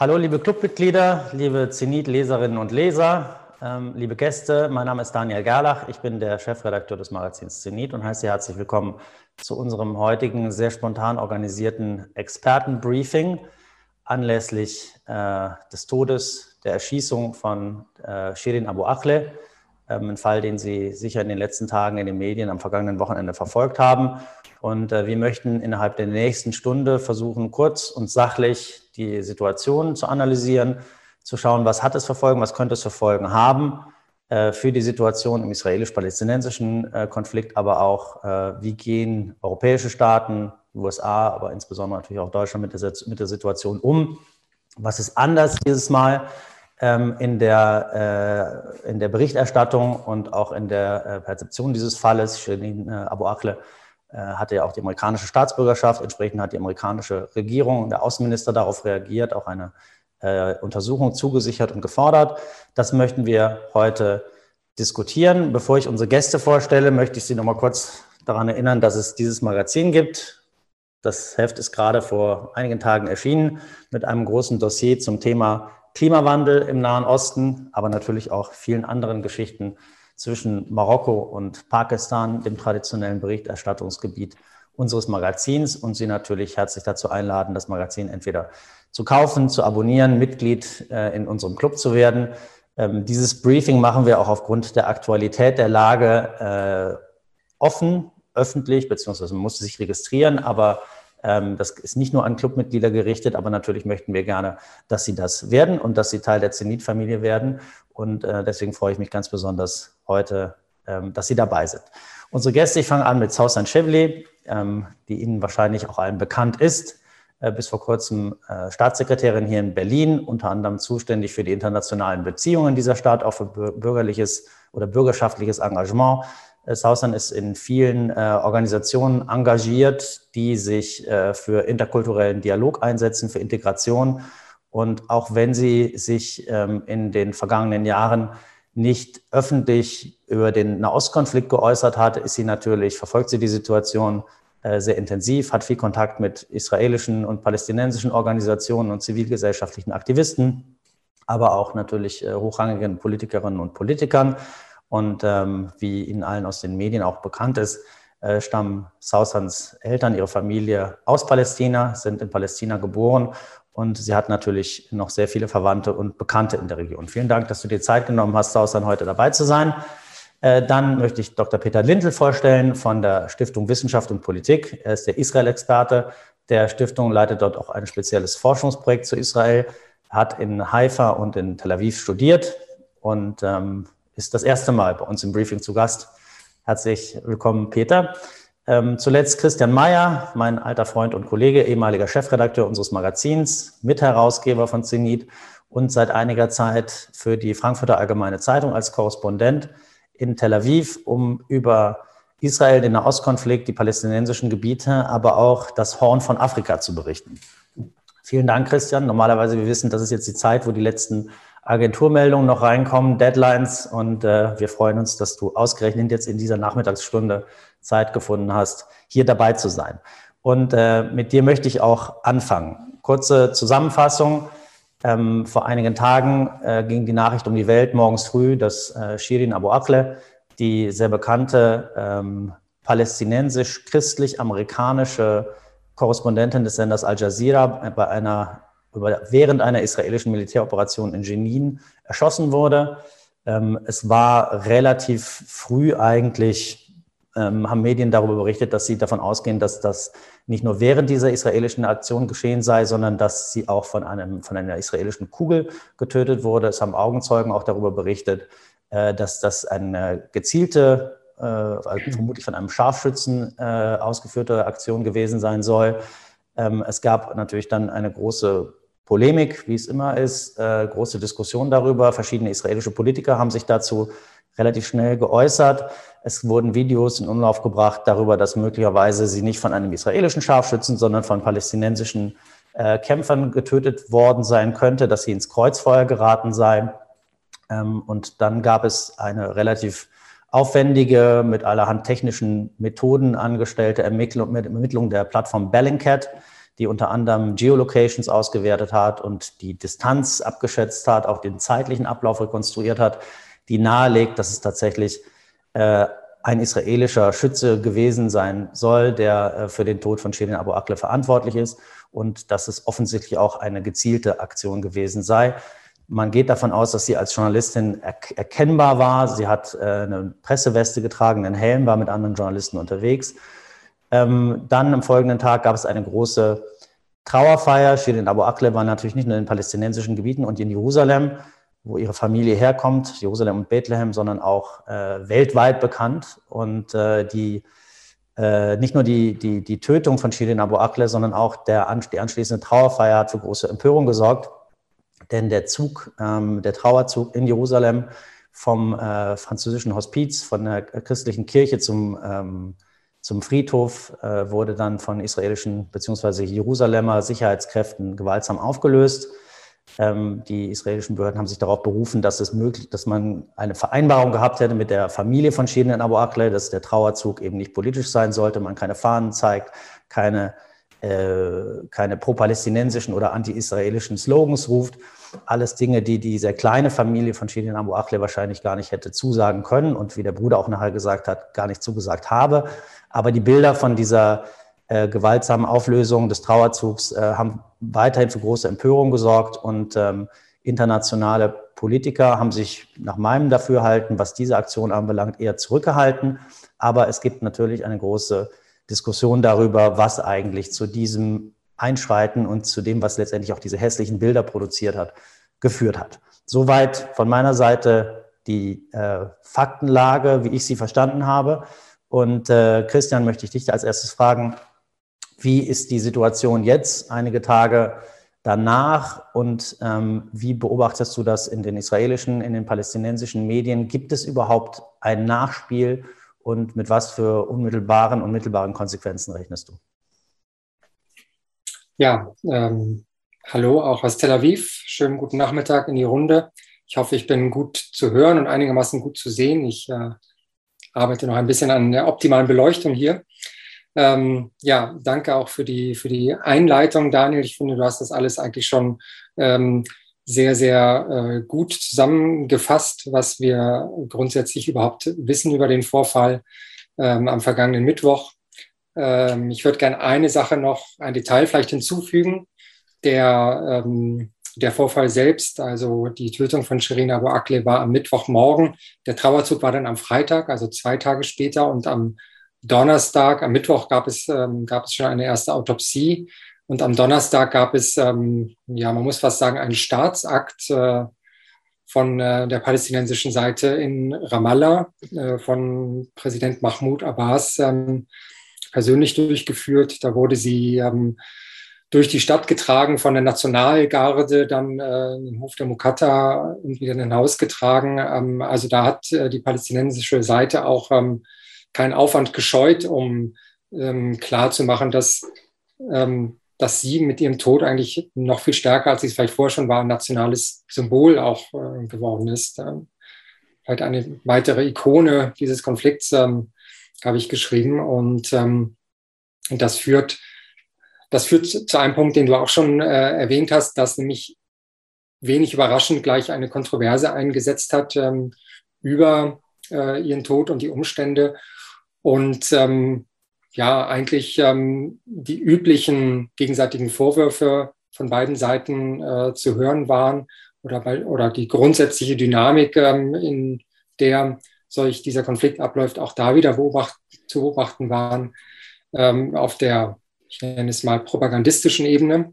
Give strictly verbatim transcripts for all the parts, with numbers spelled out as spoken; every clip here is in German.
Hallo liebe Clubmitglieder, liebe Zenit-Leserinnen und Leser, ähm, liebe Gäste, mein Name ist Daniel Gerlach, ich bin der Chefredakteur des Magazins Zenit und heiße Sie herzlich willkommen zu unserem heutigen sehr spontan organisierten Expertenbriefing anlässlich äh, des Todes, der Erschießung von äh, Shirin Abu Akleh, ähm, ein Fall, den Sie sicher in den letzten Tagen in den Medien am vergangenen Wochenende verfolgt haben. Und äh, wir möchten innerhalb der nächsten Stunde versuchen, kurz und sachlich die Situation zu analysieren, zu schauen, was hat es für Folgen, was könnte es für Folgen haben äh, für die Situation im israelisch-palästinensischen äh, Konflikt, aber auch, äh, wie gehen europäische Staaten, die U S A, aber insbesondere natürlich auch Deutschland mit der, mit der Situation um. Was ist anders dieses Mal ähm, in, der, äh, in der Berichterstattung und auch in der äh, Perzeption dieses Falles? Shirin äh, Abu Akleh hatte ja auch die amerikanische Staatsbürgerschaft. Entsprechend hat die amerikanische Regierung, der Außenminister darauf reagiert, auch eine äh, Untersuchung zugesichert und gefordert. Das möchten wir heute diskutieren. Bevor ich unsere Gäste vorstelle, möchte ich Sie noch mal kurz daran erinnern, dass es dieses Magazin gibt. Das Heft ist gerade vor einigen Tagen erschienen mit einem großen Dossier zum Thema Klimawandel im Nahen Osten, aber natürlich auch vielen anderen Geschichten zwischen Marokko und Pakistan, dem traditionellen Berichterstattungsgebiet unseres Magazins, und Sie natürlich herzlich dazu einladen, das Magazin entweder zu kaufen, zu abonnieren, Mitglied äh, in unserem Club zu werden. Ähm, dieses Briefing machen wir auch aufgrund der Aktualität der Lage äh, offen, öffentlich, beziehungsweise man muss sich registrieren, aber ähm, das ist nicht nur an Clubmitglieder gerichtet, aber natürlich möchten wir gerne, dass Sie das werden und dass Sie Teil der Zenit-Familie werden. Und äh, deswegen freue ich mich ganz besonders heute, ähm, dass Sie dabei sind. Unsere Gäste, ich fange an mit Sausan Chevli, ähm, die Ihnen wahrscheinlich auch allen bekannt ist, äh, bis vor kurzem äh, Staatssekretärin hier in Berlin, unter anderem zuständig für die internationalen Beziehungen dieser Stadt, auch für bürgerliches oder bürgerschaftliches Engagement. Äh, Sausan ist in vielen äh, Organisationen engagiert, die sich äh, für interkulturellen Dialog einsetzen, für Integration. Und auch wenn sie sich ähm, in den vergangenen Jahren nicht öffentlich über den Nahostkonflikt geäußert hat, ist sie natürlich, verfolgt sie die Situation äh, sehr intensiv, hat viel Kontakt mit israelischen und palästinensischen Organisationen und zivilgesellschaftlichen Aktivisten, aber auch natürlich äh, hochrangigen Politikerinnen und Politikern. Und ähm, wie Ihnen allen aus den Medien auch bekannt ist, äh, stammen Sausans Eltern, ihre Familie aus Palästina, sind in Palästina geboren. Und sie hat natürlich noch sehr viele Verwandte und Bekannte in der Region. Vielen Dank, dass du dir Zeit genommen hast, Sausan, heute dabei zu sein. Äh, dann möchte ich Doktor Peter Lindl vorstellen von der Stiftung Wissenschaft und Politik. Er ist der Israel-Experte der Stiftung, leitet dort auch ein spezielles Forschungsprojekt zu Israel, hat in Haifa und in Tel Aviv studiert und ähm, ist das erste Mal bei uns im Briefing zu Gast. Herzlich willkommen, Peter. Ähm, zuletzt Christian Mayer, mein alter Freund und Kollege, ehemaliger Chefredakteur unseres Magazins, Mitherausgeber von Zenit und seit einiger Zeit für die Frankfurter Allgemeine Zeitung als Korrespondent in Tel Aviv, um über Israel, den Nahostkonflikt, die palästinensischen Gebiete, aber auch das Horn von Afrika zu berichten. Vielen Dank, Christian. Normalerweise, wir wissen, das ist jetzt die Zeit, wo die letzten Agenturmeldungen noch reinkommen, Deadlines, und äh, wir freuen uns, dass du ausgerechnet jetzt in dieser Nachmittagsstunde Zeit gefunden hast, hier dabei zu sein. Und äh, mit dir möchte ich auch anfangen. Kurze Zusammenfassung. Ähm, vor einigen Tagen äh, ging die Nachricht um die Welt morgens früh, dass äh, Shirin Abu Akleh, die sehr bekannte ähm, palästinensisch-christlich-amerikanische Korrespondentin des Senders Al Jazeera, bei einer während einer israelischen Militäroperation in Jenin erschossen wurde. Ähm, es war relativ früh eigentlich, ähm, haben Medien darüber berichtet, dass sie davon ausgehen, dass das nicht nur während dieser israelischen Aktion geschehen sei, sondern dass sie auch von, einem, von einer israelischen Kugel getötet wurde. Es haben Augenzeugen auch darüber berichtet, äh, dass das eine gezielte, äh, also vermutlich von einem Scharfschützen äh, ausgeführte Aktion gewesen sein soll. Ähm, es gab natürlich dann eine große Polemik, wie es immer ist, äh, große Diskussion darüber. Verschiedene israelische Politiker haben sich dazu relativ schnell geäußert. Es wurden Videos in Umlauf gebracht darüber, dass möglicherweise sie nicht von einem israelischen Scharfschützen, sondern von palästinensischen äh, Kämpfern getötet worden sein könnte, dass sie ins Kreuzfeuer geraten sei. Ähm, und dann gab es eine relativ aufwendige, mit allerhand technischen Methoden angestellte Ermittlung, mit Ermittlung der Plattform Bellingcat, die unter anderem Geolocations ausgewertet hat und die Distanz abgeschätzt hat, auch den zeitlichen Ablauf rekonstruiert hat, die nahelegt, dass es tatsächlich äh, ein israelischer Schütze gewesen sein soll, der äh, für den Tod von Shirin Abu Akleh verantwortlich ist und dass es offensichtlich auch eine gezielte Aktion gewesen sei. Man geht davon aus, dass sie als Journalistin er erkennbar war. Sie hat äh, eine Presseweste getragen, einen Helm, war mit anderen Journalisten unterwegs. Ähm, dann am folgenden Tag gab es eine große Trauerfeier. Shirin Abu Akleh war natürlich nicht nur in den palästinensischen Gebieten und in Jerusalem, wo ihre Familie herkommt, Jerusalem und Bethlehem, sondern auch äh, weltweit bekannt. Und äh, die, äh, nicht nur die, die, die Tötung von Shirin Abu Akleh, sondern auch der, die anschließende Trauerfeier hat für große Empörung gesorgt. Denn der Zug, ähm, der Trauerzug in Jerusalem vom äh, französischen Hospiz, von der christlichen Kirche zum, ähm, zum Friedhof, äh, wurde dann von israelischen bzw. Jerusalemer Sicherheitskräften gewaltsam aufgelöst. Ähm, die israelischen Behörden haben sich darauf berufen, dass es möglich, dass man eine Vereinbarung gehabt hätte mit der Familie von Shirin Abu Akleh, dass der Trauerzug eben nicht politisch sein sollte, man keine Fahnen zeigt, keine keine pro-palästinensischen oder anti-israelischen Slogans ruft. Alles Dinge, die diese kleine Familie von Shirin Abu Akleh wahrscheinlich gar nicht hätte zusagen können und wie der Bruder auch nachher gesagt hat, gar nicht zugesagt habe. Aber die Bilder von dieser äh, gewaltsamen Auflösung des Trauerzugs äh, haben weiterhin für große Empörung gesorgt und ähm, internationale Politiker haben sich nach meinem Dafürhalten, was diese Aktion anbelangt, eher zurückgehalten. Aber es gibt natürlich eine große Diskussion darüber, was eigentlich zu diesem Einschreiten und zu dem, was letztendlich auch diese hässlichen Bilder produziert hat, geführt hat. Soweit von meiner Seite die äh, Faktenlage, wie ich sie verstanden habe. Und äh, Christian, möchte ich dich als erstes fragen, wie ist die Situation jetzt, einige Tage danach, und ähm, wie beobachtest du das in den israelischen, in den palästinensischen Medien? Gibt es überhaupt ein Nachspiel? Und mit was für unmittelbaren und mittelbaren Konsequenzen rechnest du? Ja, ähm, hallo auch aus Tel Aviv. Schönen guten Nachmittag in die Runde. Ich hoffe, ich bin gut zu hören und einigermaßen gut zu sehen. Ich äh, arbeite noch ein bisschen an der optimalen Beleuchtung hier. Ähm, ja, danke auch für die, für die Einleitung, Daniel. Ich finde, du hast das alles eigentlich schon ähm, sehr, sehr äh, gut zusammengefasst, was wir grundsätzlich überhaupt wissen über den Vorfall ähm, am vergangenen Mittwoch. Ähm, ich würde gerne eine Sache noch, ein Detail vielleicht hinzufügen. Der, ähm, der Vorfall selbst, also die Tötung von Shirin Abu Akleh, war am Mittwochmorgen. Der Trauerzug war dann am Freitag, also zwei Tage später. Und am Donnerstag, am Mittwoch gab es, ähm, gab es schon eine erste Autopsie. Und am Donnerstag gab es, ähm, ja, man muss fast sagen, einen Staatsakt äh, von äh, der palästinensischen Seite in Ramallah, äh, von Präsident Mahmoud Abbas ähm, persönlich durchgeführt. Da wurde sie ähm, durch die Stadt getragen, von der Nationalgarde, dann äh, in den Hof der Mukatta und wieder in ein Haus getragen. Ähm, also da hat äh, die palästinensische Seite auch ähm, keinen Aufwand gescheut, um ähm, klarzumachen, dass ähm, dass sie mit ihrem Tod eigentlich noch viel stärker, als sie es vielleicht vorher schon war, ein nationales Symbol auch äh, geworden ist. Ähm, halt eine weitere Ikone dieses Konflikts, ähm, habe ich geschrieben. Und ähm, das führt, das führt zu einem Punkt, den du auch schon äh, erwähnt hast, dass nämlich wenig überraschend gleich eine Kontroverse eingesetzt hat ähm, über äh, ihren Tod und die Umstände. Und ähm, ja, eigentlich ähm, die üblichen gegenseitigen Vorwürfe von beiden Seiten äh, zu hören waren oder, bei, oder die grundsätzliche Dynamik, ähm, in der solch dieser Konflikt abläuft, auch da wieder beobacht, zu beobachten waren, ähm, auf der, ich nenne es mal, propagandistischen Ebene.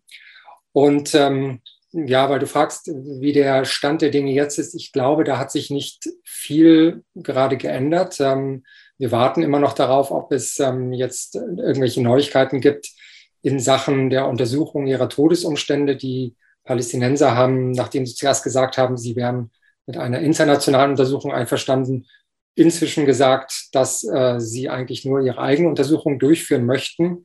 Und ähm, ja, weil du fragst, wie der Stand der Dinge jetzt ist, ich glaube, da hat sich nicht viel gerade geändert. Ähm, Wir warten immer noch darauf, ob es ähm, jetzt irgendwelche Neuigkeiten gibt in Sachen der Untersuchung ihrer Todesumstände. Die Palästinenser haben, nachdem sie zuerst gesagt haben, sie wären mit einer internationalen Untersuchung einverstanden, inzwischen gesagt, dass äh, sie eigentlich nur ihre eigene Untersuchung durchführen möchten.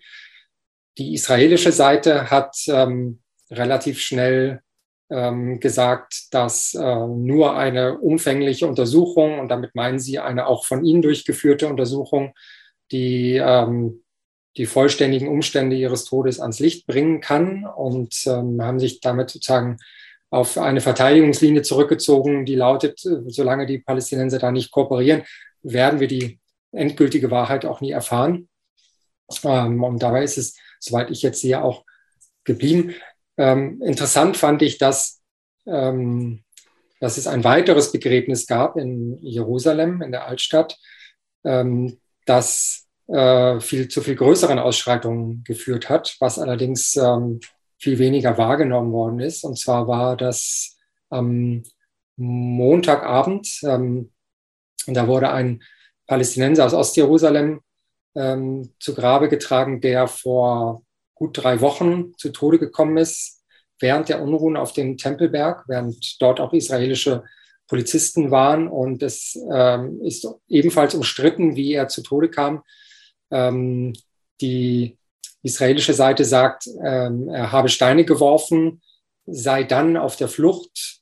Die israelische Seite hat ähm, relativ schnell ähm, gesagt, dass äh, nur eine umfängliche Untersuchung, und damit meinen sie eine auch von ihnen durchgeführte Untersuchung, die, ähm, die vollständigen Umstände ihres Todes ans Licht bringen kann und ähm, haben sich damit sozusagen auf eine Verteidigungslinie zurückgezogen, die lautet, solange die Palästinenser da nicht kooperieren, werden wir die endgültige Wahrheit auch nie erfahren. Ähm, und dabei ist es, soweit ich jetzt sehe, auch geblieben. Ähm, interessant fand ich, dass, ähm, dass es ein weiteres Begräbnis gab in Jerusalem, in der Altstadt, ähm, das äh, viel zu viel größeren Ausschreitungen geführt hat, was allerdings ähm, viel weniger wahrgenommen worden ist. Und zwar war das am Montagabend. Ähm, da wurde ein Palästinenser aus Ostjerusalem ähm, zu Grabe getragen, der vor gut drei Wochen zu Tode gekommen ist, während der Unruhen auf dem Tempelberg, während dort auch israelische Polizisten waren. Und es ähm, ist ebenfalls umstritten, wie er zu Tode kam. Ähm, die israelische Seite sagt, ähm, er habe Steine geworfen, sei dann auf der Flucht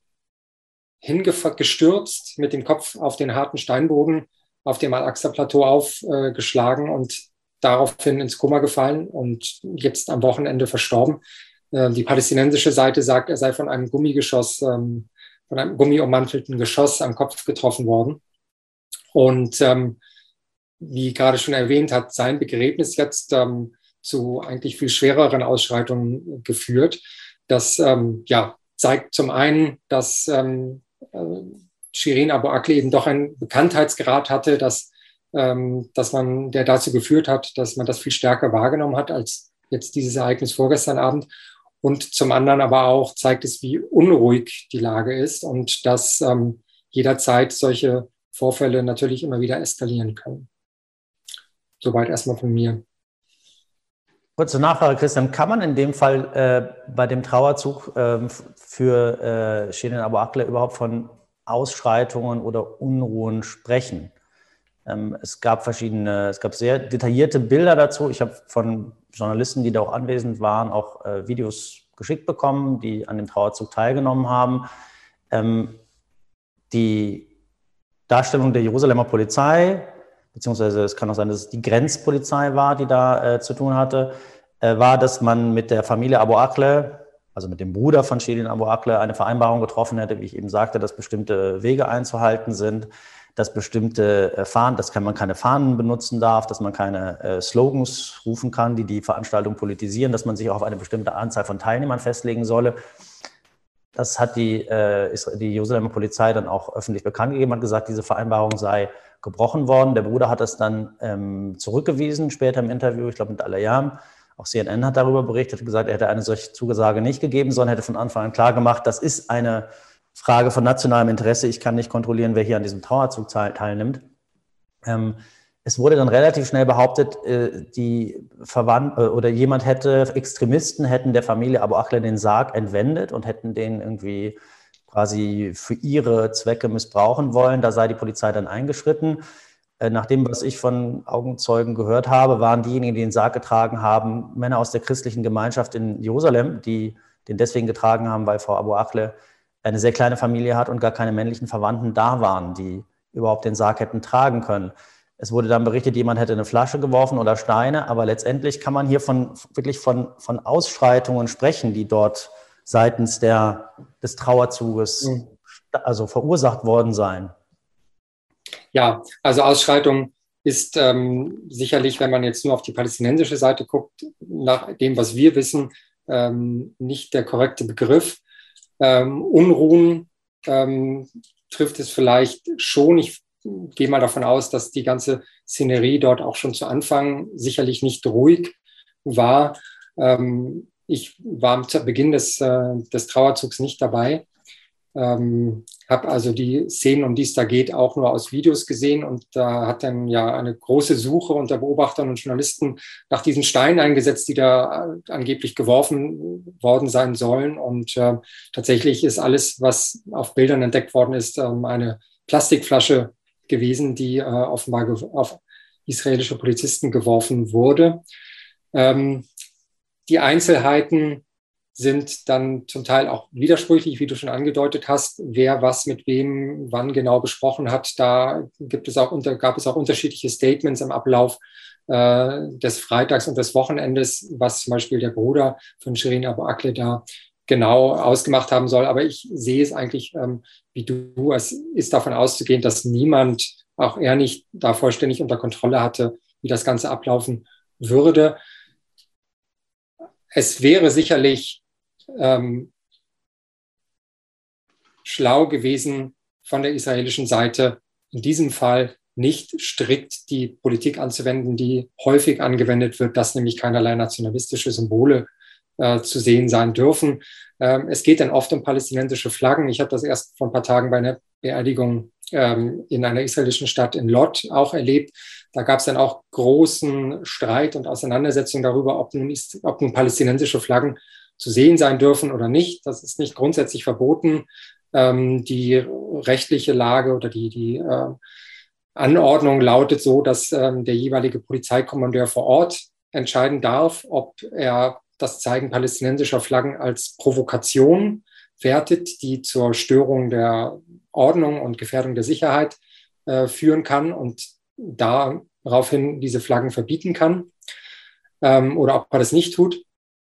hingestürzt, mit dem Kopf auf den harten Steinboden auf dem Al-Aqsa-Plateau aufgeschlagen äh, und daraufhin ins Koma gefallen und jetzt am Wochenende verstorben. Äh, die palästinensische Seite sagt, er sei von einem Gummigeschoss, ähm, von einem gummiummantelten Geschoss am Kopf getroffen worden. Und ähm, wie gerade schon erwähnt, hat sein Begräbnis jetzt ähm, zu eigentlich viel schwereren Ausschreitungen geführt. Das ähm, ja, zeigt zum einen, dass ähm, Shirin Abu Akleh eben doch einen Bekanntheitsgrad hatte, dass, ähm, dass man, der dazu geführt hat, dass man das viel stärker wahrgenommen hat als jetzt dieses Ereignis vorgestern Abend. Und zum anderen aber auch zeigt es, wie unruhig die Lage ist und dass ähm, jederzeit solche Vorfälle natürlich immer wieder eskalieren können. Soweit erstmal von mir. Kurze Nachfrage, Christian. Kann man in dem Fall äh, bei dem Trauerzug äh, für äh, Shirin Abu Akleh überhaupt von Ausschreitungen oder Unruhen sprechen? Ähm, es gab verschiedene, es gab sehr detaillierte Bilder dazu. Ich habe von Journalisten, die da auch anwesend waren, auch äh, Videos geschickt bekommen, die an dem Trauerzug teilgenommen haben. Ähm, die Darstellung der Jerusalemer Polizei, beziehungsweise es kann auch sein, dass es die Grenzpolizei war, die da äh, zu tun hatte, äh, war, dass man mit der Familie Abu Akleh, also mit dem Bruder von Shirin Abu Akleh, eine Vereinbarung getroffen hätte, wie ich eben sagte, dass bestimmte Wege einzuhalten sind, dass bestimmte äh, Fahnen, dass man keine Fahnen benutzen darf, dass man keine äh, Slogans rufen kann, die die Veranstaltung politisieren, dass man sich auch auf eine bestimmte Anzahl von Teilnehmern festlegen solle. Das hat die, äh, die Jerusalemer Polizei dann auch öffentlich bekannt gegeben, hat gesagt, diese Vereinbarung sei gebrochen worden. Der Bruder hat das dann ähm, zurückgewiesen, später im Interview, ich glaube mit Al-Ayam. Auch C N N hat darüber berichtet, hat gesagt, er hätte eine solche Zusage nicht gegeben, sondern hätte von Anfang an klar gemacht, das ist eine Frage von nationalem Interesse. Ich kann nicht kontrollieren, wer hier an diesem Trauerzug teilnimmt. Ähm, es wurde dann relativ schnell behauptet, äh, die Verwandten äh, oder jemand hätte, Extremisten hätten der Familie Abu Akleh den Sarg entwendet und hätten den irgendwie quasi für ihre Zwecke missbrauchen wollen. Da sei die Polizei dann eingeschritten. Äh, nach dem, was ich von Augenzeugen gehört habe, waren diejenigen, die den Sarg getragen haben, Männer aus der christlichen Gemeinschaft in Jerusalem, die den deswegen getragen haben, weil Frau Abu Akleh eine sehr kleine Familie hat und gar keine männlichen Verwandten da waren, die überhaupt den Sarg hätten tragen können. Es wurde dann berichtet, jemand hätte eine Flasche geworfen oder Steine, aber letztendlich kann man hier von, wirklich von, von Ausschreitungen sprechen, die dort seitens der, des Trauerzuges mhm. also verursacht worden seien. Ja, also Ausschreitung ist ähm, sicherlich, wenn man jetzt nur auf die palästinensische Seite guckt, nach dem, was wir wissen, ähm, nicht der korrekte Begriff. Ähm, Unruhen ähm, trifft es vielleicht schon. Ich gehe mal davon aus, dass die ganze Szenerie dort auch schon zu Anfang sicherlich nicht ruhig war. Ähm, ich war zu Beginn des, äh, des Trauerzugs nicht dabei, ähm, habe also die Szenen, um die es da geht, auch nur aus Videos gesehen und da hat dann ja eine große Suche unter Beobachtern und Journalisten nach diesen Steinen eingesetzt, die da angeblich geworfen worden sein sollen und äh, tatsächlich ist alles, was auf Bildern entdeckt worden ist, ähm, eine Plastikflasche gewesen, die äh, offenbar auf israelische Polizisten geworfen wurde. Ähm, die Einzelheiten sind dann zum Teil auch widersprüchlich, wie du schon angedeutet hast, wer was mit wem wann genau besprochen hat. Da gibt es auch unter, gab es auch unterschiedliche Statements im Ablauf. äh, des Freitags und des Wochenendes, was zum Beispiel der Bruder von Shirin Abu Akleh da genau ausgemacht haben soll. Aber ich sehe es eigentlich ähm, wie du. Es ist davon auszugehen, dass niemand, auch er nicht, da vollständig unter Kontrolle hatte, wie das Ganze ablaufen würde. Es wäre sicherlich ähm, schlau gewesen, von der israelischen Seite in diesem Fall nicht strikt die Politik anzuwenden, die häufig angewendet wird, dass nämlich keinerlei nationalistische Symbole äh, zu sehen sein dürfen. Ähm, es geht dann oft um palästinensische Flaggen. Ich habe das erst vor ein paar Tagen bei einer Beerdigung ähm, in einer israelischen Stadt in Lod auch erlebt. Da gab es dann auch großen Streit und Auseinandersetzung darüber, ob nun, ob nun palästinensische Flaggen zu sehen sein dürfen oder nicht. Das ist nicht grundsätzlich verboten. Ähm, die rechtliche Lage oder die, die äh, Anordnung lautet so, dass ähm, der jeweilige Polizeikommandeur vor Ort entscheiden darf, ob er das Zeigen palästinensischer Flaggen als Provokation wertet, die zur Störung der Ordnung und Gefährdung der Sicherheit äh, führen kann und daraufhin diese Flaggen verbieten kann, ähm, oder ob er das nicht tut.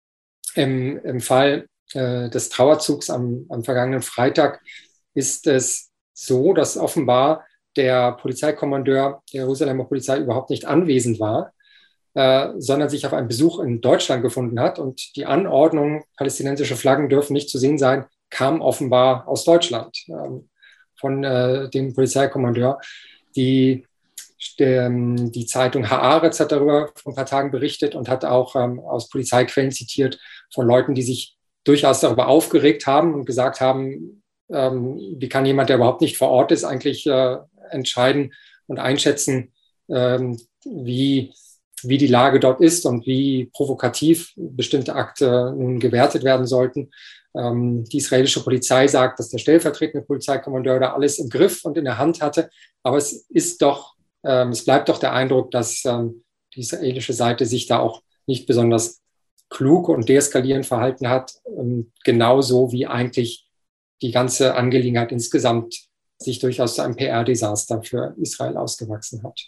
Im, im Fall äh, des Trauerzugs am, am vergangenen Freitag ist es so, dass offenbar der Polizeikommandeur der Jerusalemer Polizei überhaupt nicht anwesend war, äh, sondern sich auf einen Besuch in Deutschland gefunden hat. Und die Anordnung, palästinensische Flaggen dürfen nicht zu sehen sein, kam offenbar aus Deutschland, ähm, von äh, dem Polizeikommandeur. Die, der, die Zeitung Haaretz hat darüber vor ein paar Tagen berichtet und hat auch ähm, aus Polizeiquellen zitiert von Leuten, die sich durchaus darüber aufgeregt haben und gesagt haben, ähm, wie kann jemand, der überhaupt nicht vor Ort ist, eigentlich äh, entscheiden und einschätzen, ähm, wie, wie die Lage dort ist und wie provokativ bestimmte Akte nun gewertet werden sollten. Ähm, die israelische Polizei sagt, dass der stellvertretende Polizeikommandeur da alles im Griff und in der Hand hatte. Aber es ist doch, ähm, es bleibt doch der Eindruck, dass ähm, die israelische Seite sich da auch nicht besonders klug und deeskalierend verhalten hat, ähm, genauso wie eigentlich die ganze Angelegenheit insgesamt sich durchaus zu einem P R-Desaster für Israel ausgewachsen hat.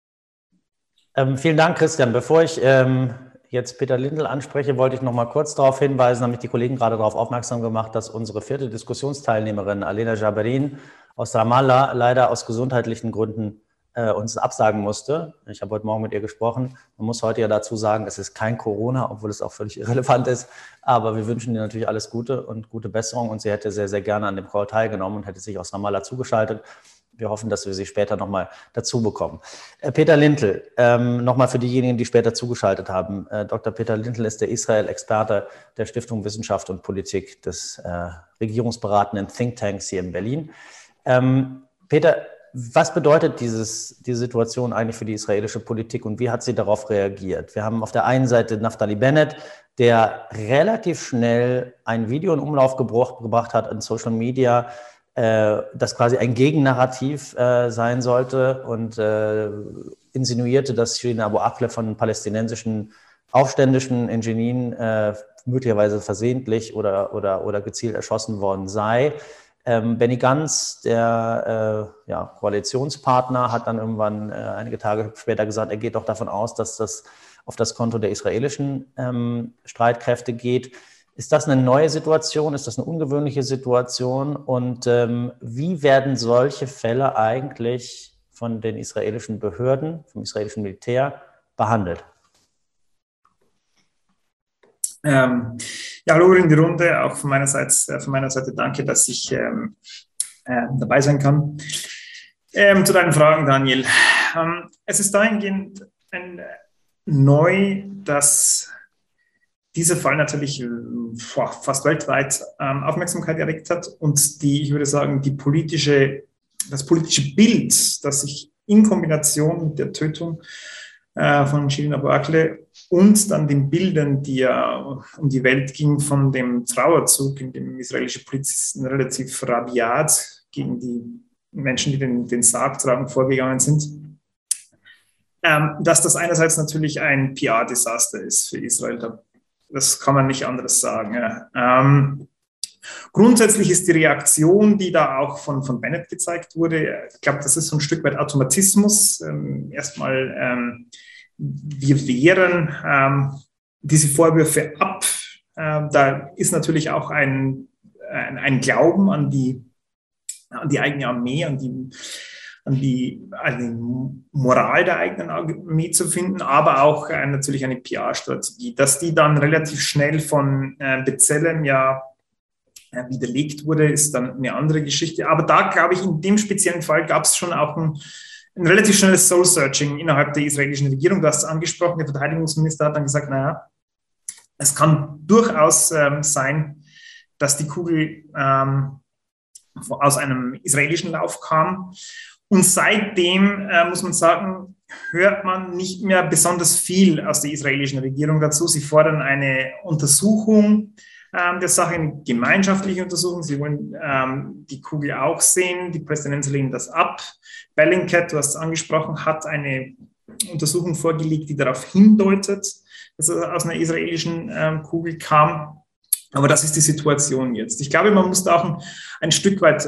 Ähm, vielen Dank, Christian. Bevor ich ähm, jetzt Peter Lindl anspreche, wollte ich noch mal kurz darauf hinweisen, haben mich die Kollegen gerade darauf aufmerksam gemacht, dass unsere vierte Diskussionsteilnehmerin Alena Jaberin aus Ramallah leider aus gesundheitlichen Gründen äh, uns absagen musste. Ich habe heute Morgen mit ihr gesprochen. Man muss heute ja dazu sagen, es ist kein Corona, obwohl es auch völlig irrelevant ist. Aber wir wünschen ihr natürlich alles Gute und gute Besserung. Und sie hätte sehr, sehr gerne an dem Call teilgenommen und hätte sich aus Ramallah zugeschaltet. Wir hoffen, dass wir sie später nochmal dazu bekommen. Äh, Peter Lindl, ähm, nochmal für diejenigen, die später zugeschaltet haben. Äh, Doktor Peter Lindl ist der Israel-Experte der Stiftung Wissenschaft und Politik des äh, regierungsberatenden Thinktanks hier in Berlin. Ähm, Peter, was bedeutet dieses, diese Situation eigentlich für die israelische Politik und wie hat sie darauf reagiert? Wir haben auf der einen Seite Naftali Bennett, der relativ schnell ein Video in Umlauf gebracht, gebracht hat in Social Media, äh, das quasi ein Gegennarrativ äh, sein sollte und äh, insinuierte, dass Shirin Abu Akleh von palästinensischen Aufständischen in Jenin äh, möglicherweise versehentlich oder, oder, oder gezielt erschossen worden sei. Ähm, Benny Gantz, der äh, ja, Koalitionspartner, hat dann irgendwann äh, einige Tage später gesagt, er geht doch davon aus, dass das auf das Konto der israelischen ähm, Streitkräfte geht. Ist das eine neue Situation? Ist das eine ungewöhnliche Situation? Und ähm, wie werden solche Fälle eigentlich von den israelischen Behörden, vom israelischen Militär behandelt? Ähm, ja, hallo in die Runde, auch von meiner Seite, äh, von meiner Seite danke, dass ich ähm, äh, dabei sein kann. Ähm, zu deinen Fragen, Daniel. Ähm, es ist dahingehend ein, äh, neu, dass dieser Fall natürlich äh, fast weltweit ähm, Aufmerksamkeit erregt hat und die, ich würde sagen, die politische, das politische Bild, das sich in Kombination mit der Tötung äh, von Shirin Abu Akleh und dann den Bildern, die ja um die Welt ging von dem Trauerzug, in dem israelische Polizisten relativ rabiat gegen die Menschen, die den, den Sarg tragen, vorgegangen sind, ähm, dass das einerseits natürlich ein P R-Desaster ist für Israel. Das kann man nicht anders sagen. Ja. Ähm, grundsätzlich ist die Reaktion, die da auch von, von Bennett gezeigt wurde, ich glaube, das ist so ein Stück weit Automatismus. Ähm, erstmal ähm, wir wehren ähm, diese Vorwürfe ab. Ähm, da ist natürlich auch ein, ein, ein Glauben an die, an die eigene Armee, an die, an die, an die Moral der eigenen Armee zu finden, aber auch äh, natürlich eine P R-Strategie. Dass die dann relativ schnell von äh, B'Tselem ja äh, widerlegt wurde, ist dann eine andere Geschichte. Aber da, glaube ich, in dem speziellen Fall gab es schon auch ein, ein relativ schnelles Soul-Searching innerhalb der israelischen Regierung. Du hast es angesprochen, der Verteidigungsminister hat dann gesagt, naja, es kann durchaus ähm, sein, dass die Kugel ähm, aus einem israelischen Lauf kam. Und seitdem, äh, muss man sagen, hört man nicht mehr besonders viel aus der israelischen Regierung dazu. Sie fordern eine Untersuchung ähm, der Sache, eine gemeinschaftliche Untersuchung. Sie wollen ähm, die Kugel auch sehen. Die Palästinenser lehnen das ab. Bellingcat, du hast es angesprochen, hat eine Untersuchung vorgelegt, die darauf hindeutet, dass es aus einer israelischen ähm, Kugel kam. Aber das ist die Situation jetzt. Ich glaube, man muss da auch ein, ein Stück weit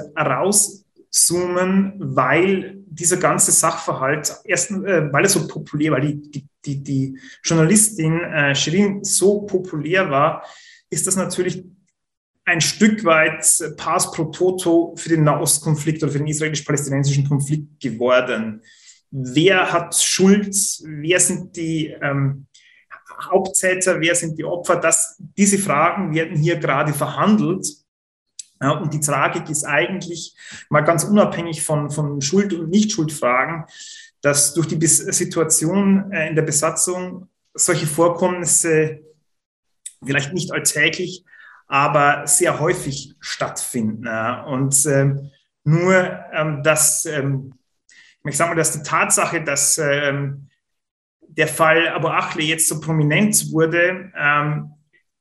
rauszoomen, weil dieser ganze Sachverhalt, erstens, äh, weil er so populär war, die, die, die, die Journalistin äh, Shirin so populär war, ist das natürlich ein Stück weit Pass pro Toto für den Nahostkonflikt oder für den israelisch-palästinensischen Konflikt geworden. Wer hat Schuld? Wer sind die ähm, Haupttäter? Wer sind die Opfer? Das, diese Fragen werden hier gerade verhandelt. Ja, und die Tragik ist eigentlich mal ganz unabhängig von, von Schuld- und Nicht-Schuld-Fragen, dass durch die Bes- Situation äh, in der Besatzung solche Vorkommnisse vielleicht nicht alltäglich, aber sehr häufig stattfinden. Ja. Und ähm, nur, ähm, dass, ähm, ich sage mal, dass die Tatsache, dass ähm, der Fall Abu Akle jetzt so prominent wurde, ähm,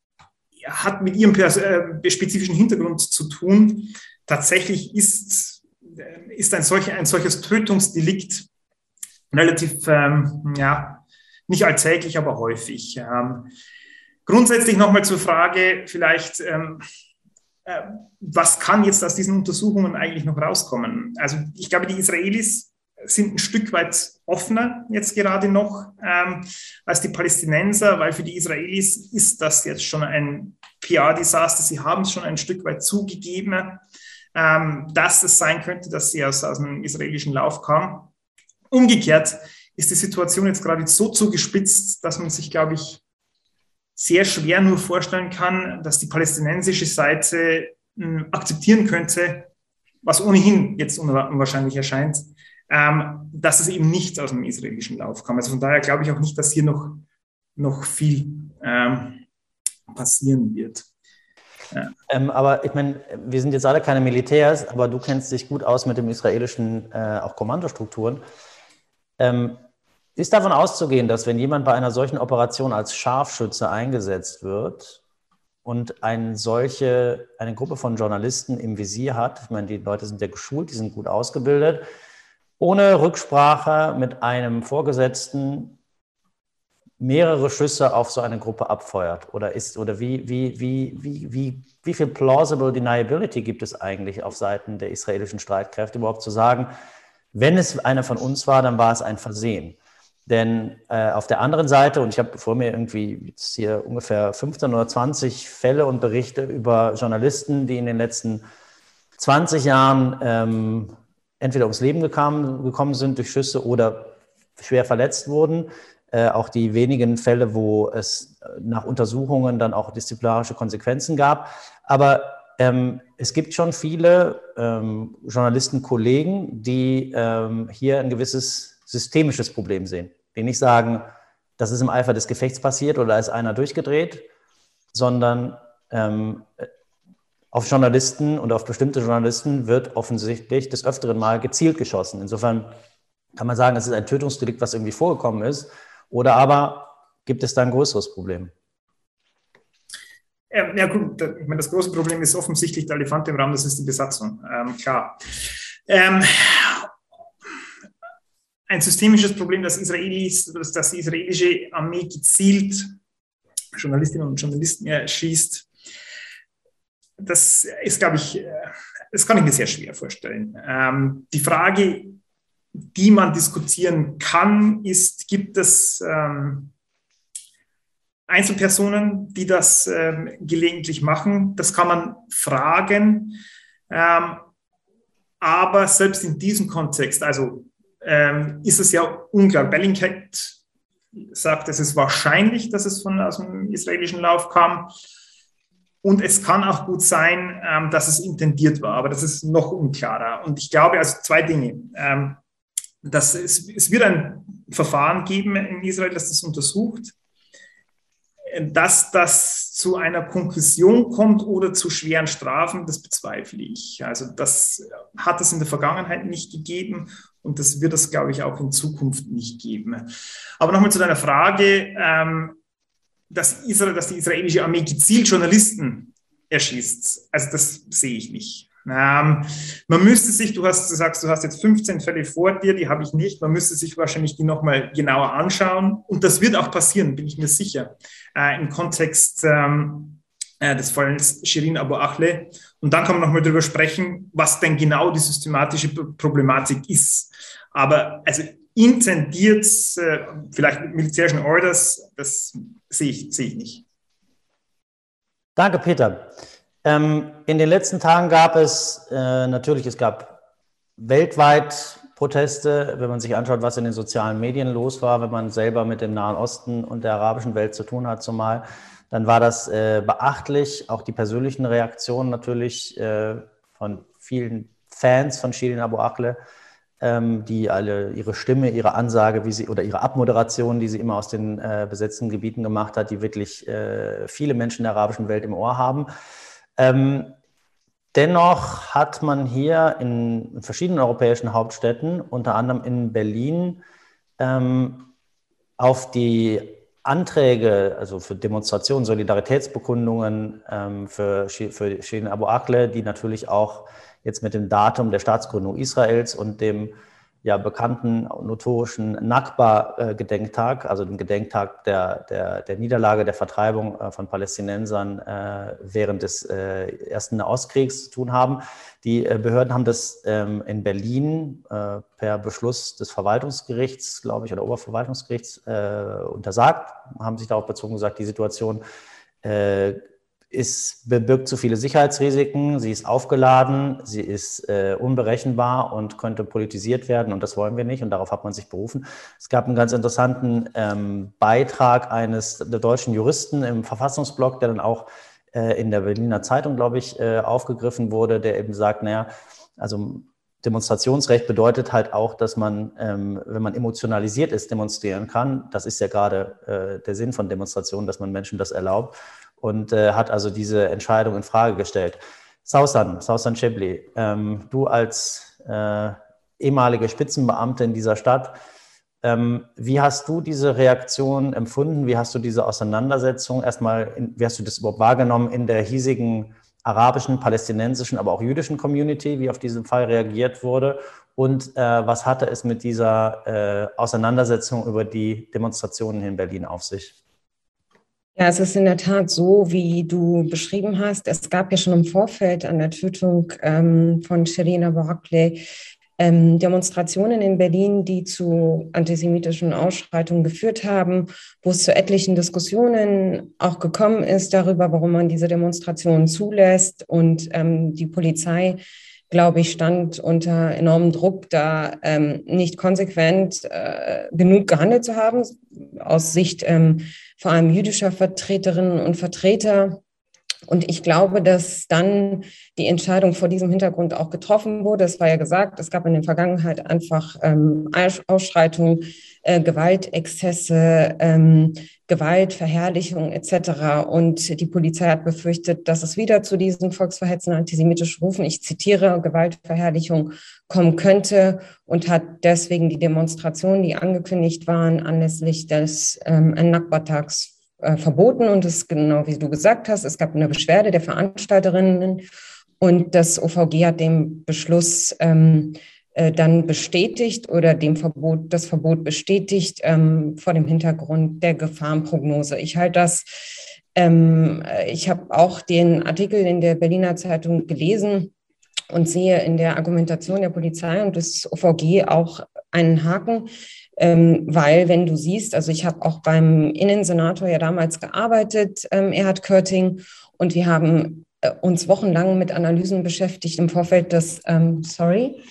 hat mit ihrem äh, spezifischen Hintergrund zu tun. Tatsächlich ist, ist ein, solch, ein solches Tötungsdelikt relativ, ähm, ja, nicht alltäglich, aber häufig. Ähm, grundsätzlich nochmal zur Frage vielleicht, ähm, äh, was kann jetzt aus diesen Untersuchungen eigentlich noch rauskommen? Also ich glaube, die Israelis sind ein Stück weit offener jetzt gerade noch ähm, als die Palästinenser, weil für die Israelis ist das jetzt schon ein P R-Desaster. Sie haben es schon ein Stück weit zugegeben, ähm, dass es sein könnte, dass sie aus, aus einem israelischen Lauf kam. Umgekehrt ist die Situation jetzt gerade so zugespitzt, dass man sich, glaube ich, sehr schwer nur vorstellen kann, dass die palästinensische Seite mh, akzeptieren könnte, was ohnehin jetzt unwahrscheinlich erscheint, Ähm, dass es eben nicht aus dem israelischen Lauf kam. Also von daher glaube ich auch nicht, dass hier noch, noch viel ähm, passieren wird. Ja. Ähm, aber ich meine, wir sind jetzt alle keine Militärs, aber du kennst dich gut aus mit den israelischen äh, auch Kommandostrukturen. Ähm, ist davon auszugehen, dass wenn jemand bei einer solchen Operation als Scharfschütze eingesetzt wird und eine solche, eine Gruppe von Journalisten im Visier hat, ich meine, die Leute sind ja geschult, die sind gut ausgebildet, ohne Rücksprache mit einem Vorgesetzten mehrere Schüsse auf so eine Gruppe abfeuert? Oder ist, oder wie, wie, wie, wie, wie, wie viel plausible deniability gibt es eigentlich auf Seiten der israelischen Streitkräfte, überhaupt zu sagen, wenn es einer von uns war, dann war es ein Versehen? Denn äh, auf der anderen Seite, und ich habe vor mir irgendwie jetzt hier ungefähr fünfzehn oder zwanzig Fälle und Berichte über Journalisten, die in den letzten zwanzig Jahren ähm, entweder ums Leben gekommen, gekommen sind durch Schüsse oder schwer verletzt wurden. Äh, auch die wenigen Fälle, wo es nach Untersuchungen dann auch disziplinarische Konsequenzen gab. Aber ähm, es gibt schon viele ähm, Journalistenkollegen, die ähm, hier ein gewisses systemisches Problem sehen. Die nicht sagen, das ist im Eifer des Gefechts passiert oder da ist einer durchgedreht, sondern ähm, auf Journalisten und auf bestimmte Journalisten wird offensichtlich des Öfteren mal gezielt geschossen. Insofern kann man sagen, es ist ein Tötungsdelikt, was irgendwie vorgekommen ist. Oder aber gibt es da ein größeres Problem? Ja, ja gut, ich meine, das große Problem ist offensichtlich der Elefant im Raum, das ist die Besatzung. Ähm, klar. Ähm, ein systemisches Problem, das Israelis, dass, dass die israelische Armee gezielt Journalistinnen und Journalisten erschießt, das ist, glaube ich, das kann ich mir sehr schwer vorstellen. Ähm, die Frage, die man diskutieren kann, ist, gibt es ähm, Einzelpersonen, die das ähm, gelegentlich machen. Das kann man fragen. Ähm, aber selbst in diesem Kontext, also ähm, ist es ja unklar. Bellingcat sagt, es ist wahrscheinlich, dass es von, aus dem israelischen Lauf kam. Und es kann auch gut sein, ähm, dass es intendiert war, aber das ist noch unklarer. Und ich glaube, also zwei Dinge. Ähm, dass es, es wird ein Verfahren geben in Israel, das das untersucht. Dass das zu einer Konklusion kommt oder zu schweren Strafen, das bezweifle ich. Also das hat es in der Vergangenheit nicht gegeben und das wird es, glaube ich, auch in Zukunft nicht geben. Aber nochmal zu deiner Frage, ähm, dass, Israel, dass die israelische Armee gezielt Journalisten erschießt. Also das sehe ich nicht. Ähm, man müsste sich, du hast, du sagst, du hast jetzt fünfzehn Fälle vor dir, die habe ich nicht, man müsste sich wahrscheinlich die nochmal genauer anschauen und das wird auch passieren, bin ich mir sicher, äh, im Kontext ähm, äh, des Falls Shirin Abu Akleh und dann kann man nochmal darüber sprechen, was denn genau die systematische Problematik ist, aber also intendiert, äh, vielleicht mit militärischen Orders, das sehe ich, sehe ich nicht. Danke, Peter. Ähm, in den letzten Tagen gab es äh, natürlich, es gab weltweit Proteste, wenn man sich anschaut, was in den sozialen Medien los war, wenn man selber mit dem Nahen Osten und der arabischen Welt zu tun hat zumal, dann war das äh, beachtlich, auch die persönlichen Reaktionen natürlich äh, von vielen Fans von Shirin Abu Akleh, ähm, die alle ihre Stimme, ihre Ansage wie sie oder ihre Abmoderation, die sie immer aus den äh, besetzten Gebieten gemacht hat, die wirklich äh, viele Menschen der arabischen Welt im Ohr haben. Ähm, dennoch hat man hier in verschiedenen europäischen Hauptstädten, unter anderem in Berlin, ähm, auf die Anträge, also für Demonstrationen, Solidaritätsbekundungen ähm, für, für Shirin Abu Akleh, die natürlich auch jetzt mit dem Datum der Staatsgründung Israels und dem ja bekannten, notorischen Nakba-Gedenktag, also dem Gedenktag der, der, der Niederlage, der Vertreibung äh, von Palästinensern äh, während des äh, ersten Nahostkriegs zu tun haben. Die äh, Behörden haben das ähm, in Berlin äh, per Beschluss des Verwaltungsgerichts, glaube ich, oder Oberverwaltungsgerichts äh, untersagt, haben sich darauf bezogen gesagt, die Situation äh, ist, birgt zu viele Sicherheitsrisiken, sie ist aufgeladen, sie ist äh, unberechenbar und könnte politisiert werden und das wollen wir nicht und darauf hat man sich berufen. Es gab einen ganz interessanten ähm, Beitrag eines der deutschen Juristen im Verfassungsblog, der dann auch äh, in der Berliner Zeitung, glaube ich, äh, aufgegriffen wurde, der eben sagt, naja, also Demonstrationsrecht bedeutet halt auch, dass man, ähm, wenn man emotionalisiert ist, demonstrieren kann. Das ist ja gerade äh, der Sinn von Demonstrationen, dass man Menschen das erlaubt. Und äh, hat also diese Entscheidung in Frage gestellt. Sausan, Sausan Shibli, ähm, du als äh, ehemalige Spitzenbeamte in dieser Stadt, ähm, wie hast du diese Reaktion empfunden? Wie hast du diese Auseinandersetzung erstmal, in, wie hast du das überhaupt wahrgenommen in der hiesigen arabischen, palästinensischen, aber auch jüdischen Community, wie auf diesen Fall reagiert wurde? Und äh, was hatte es mit dieser äh, Auseinandersetzung über die Demonstrationen in Berlin auf sich? Ja, es ist in der Tat so, wie du beschrieben hast. Es gab ja schon im Vorfeld an der Tötung ähm, von Shirin Abu Akleh ähm, Demonstrationen in Berlin, die zu antisemitischen Ausschreitungen geführt haben, wo es zu etlichen Diskussionen auch gekommen ist darüber, warum man diese Demonstrationen zulässt. Und ähm, die Polizei, glaube ich, stand unter enormem Druck, da ähm, nicht konsequent äh, genug gehandelt zu haben, aus Sicht ähm, vor allem jüdischer Vertreterinnen und Vertreter. Und ich glaube, dass dann die Entscheidung vor diesem Hintergrund auch getroffen wurde. Es war ja gesagt, es gab in der Vergangenheit einfach ähm, Ausschreitungen, äh, Gewaltexzesse, ähm, Gewaltverherrlichung et cetera. Und die Polizei hat befürchtet, dass es wieder zu diesen volksverhetzenden antisemitischen Rufen, ich zitiere, Gewaltverherrlichung kommen könnte und hat deswegen die Demonstrationen, die angekündigt waren, anlässlich des ähm, Nakba-Tags äh, verboten. Und es ist genau wie du gesagt hast, es gab eine Beschwerde der Veranstalterinnen und das O V G hat den Beschluss ähm, äh, dann bestätigt oder dem Verbot, das Verbot bestätigt ähm, vor dem Hintergrund der Gefahrenprognose. Ich halte das, ähm, ich habe auch den Artikel in der Berliner Zeitung gelesen und sehe in der Argumentation der Polizei und des O V G auch einen Haken, ähm, weil wenn du siehst, also ich habe auch beim Innensenator ja damals gearbeitet, ähm, Erhard Körting, und wir haben äh, uns wochenlang mit Analysen beschäftigt im Vorfeld des, ähm, sorry,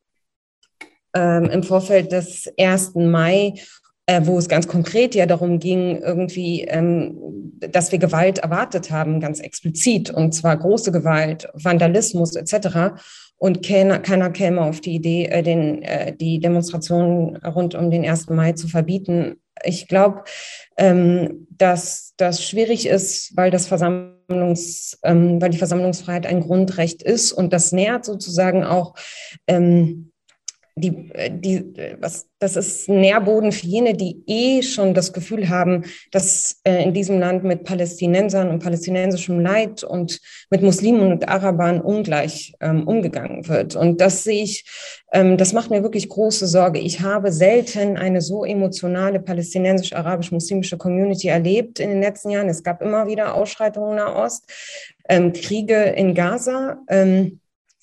ähm, im Vorfeld des ersten Mai, äh, wo es ganz konkret ja darum ging, irgendwie, ähm, dass wir Gewalt erwartet haben, ganz explizit, und zwar große Gewalt, Vandalismus et cetera. Und keiner, keiner käme auf die Idee, äh, den, äh, die Demonstrationen rund um den ersten Mai zu verbieten. Ich glaube, ähm, dass das schwierig ist, weil das Versammlungs, ähm, weil die Versammlungsfreiheit ein Grundrecht ist, und das nährt sozusagen auch ähm, Die, die, was, das ist Nährboden für jene, die eh schon das Gefühl haben, dass äh, in diesem Land mit Palästinensern und palästinensischem Leid und mit Muslimen und Arabern ungleich ähm, umgegangen wird. Und das sehe ich, ähm, das macht mir wirklich große Sorge. Ich habe selten eine so emotionale palästinensisch-arabisch-muslimische Community erlebt in den letzten Jahren. Es gab immer wieder Ausschreitungen in Nahost, ähm, Kriege in Gaza. Ähm,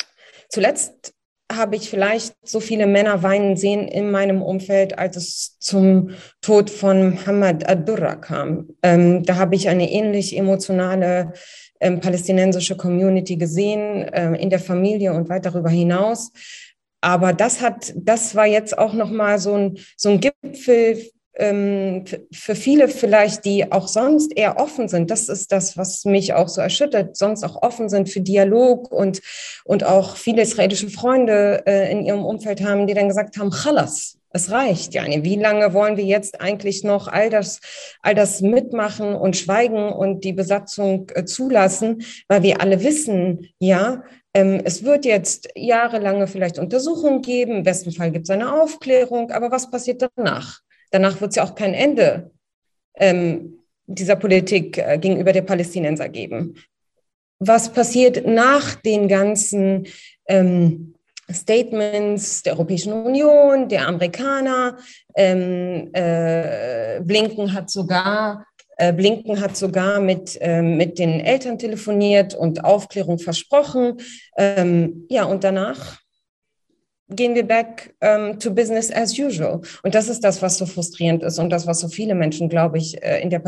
zuletzt habe ich vielleicht so viele Männer weinen sehen in meinem Umfeld, als es zum Tod von Mohammed ad-Durra kam. Ähm, da habe ich eine ähnlich emotionale ähm, palästinensische Community gesehen, ähm, in der Familie und weit darüber hinaus. Aber das hat, das war jetzt auch nochmal so ein, so ein Gipfel ähm, für viele vielleicht, die auch sonst eher offen sind. Das ist das, was mich auch so erschüttert, sonst auch offen sind für Dialog und, und auch viele israelische Freunde äh, in ihrem Umfeld haben, die dann gesagt haben, Chalas, es reicht. Ja, wie lange wollen wir jetzt eigentlich noch all das, all das mitmachen und schweigen und die Besatzung äh, zulassen, weil wir alle wissen, ja, ähm, es wird jetzt jahrelange vielleicht Untersuchungen geben, im besten Fall gibt es eine Aufklärung, aber was passiert danach? Danach wird es ja auch kein Ende ähm, dieser Politik äh, gegenüber der Palästinenser geben. Was passiert nach den ganzen ähm, Statements der Europäischen Union, der Amerikaner? Ähm, äh, Blinken hat sogar, äh, Blinken hat sogar mit, äh, mit den Eltern telefoniert und Aufklärung versprochen. Ähm, ja, und danach gehen wir back um, to business as usual. Und das ist das, was so frustrierend ist und das, was so viele Menschen, glaube ich, in der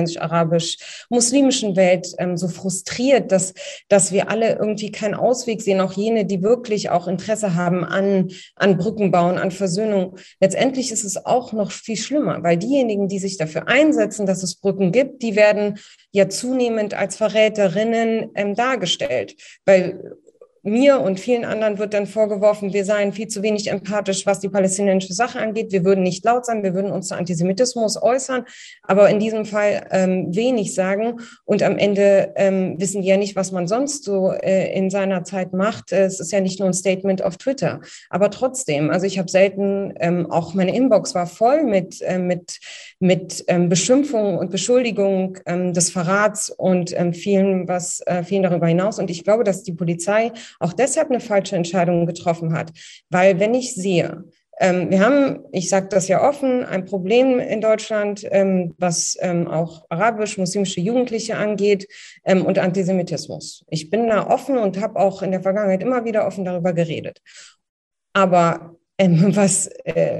palästinensisch-arabisch-muslimischen Welt ähm, so frustriert, dass, dass wir alle irgendwie keinen Ausweg sehen, auch jene, die wirklich auch Interesse haben an, an Brückenbauen, an Versöhnung. Letztendlich ist es auch noch viel schlimmer, weil diejenigen, die sich dafür einsetzen, dass es Brücken gibt, die werden ja zunehmend als Verräterinnen ähm, dargestellt, weil mir und vielen anderen wird dann vorgeworfen, wir seien viel zu wenig empathisch, was die palästinensische Sache angeht. Wir würden nicht laut sein, wir würden uns zu Antisemitismus äußern, aber in diesem Fall ähm, wenig sagen. Und am Ende ähm, wissen wir ja nicht, was man sonst so äh, in seiner Zeit macht. Es ist ja nicht nur ein Statement auf Twitter. Aber trotzdem, also ich habe selten, ähm, auch meine Inbox war voll mit, äh, mit, mit ähm, Beschimpfungen und Beschuldigungen ähm, des Verrats und ähm, vielen, was, äh, vielen darüber hinaus. Und ich glaube, dass die Polizei auch deshalb eine falsche Entscheidung getroffen hat. Weil wenn ich sehe, ähm, wir haben, ich sage das ja offen, ein Problem in Deutschland, ähm, was ähm, auch arabisch-muslimische Jugendliche angeht ähm, und Antisemitismus. Ich bin da offen und habe auch in der Vergangenheit immer wieder offen darüber geredet. Aber ähm, was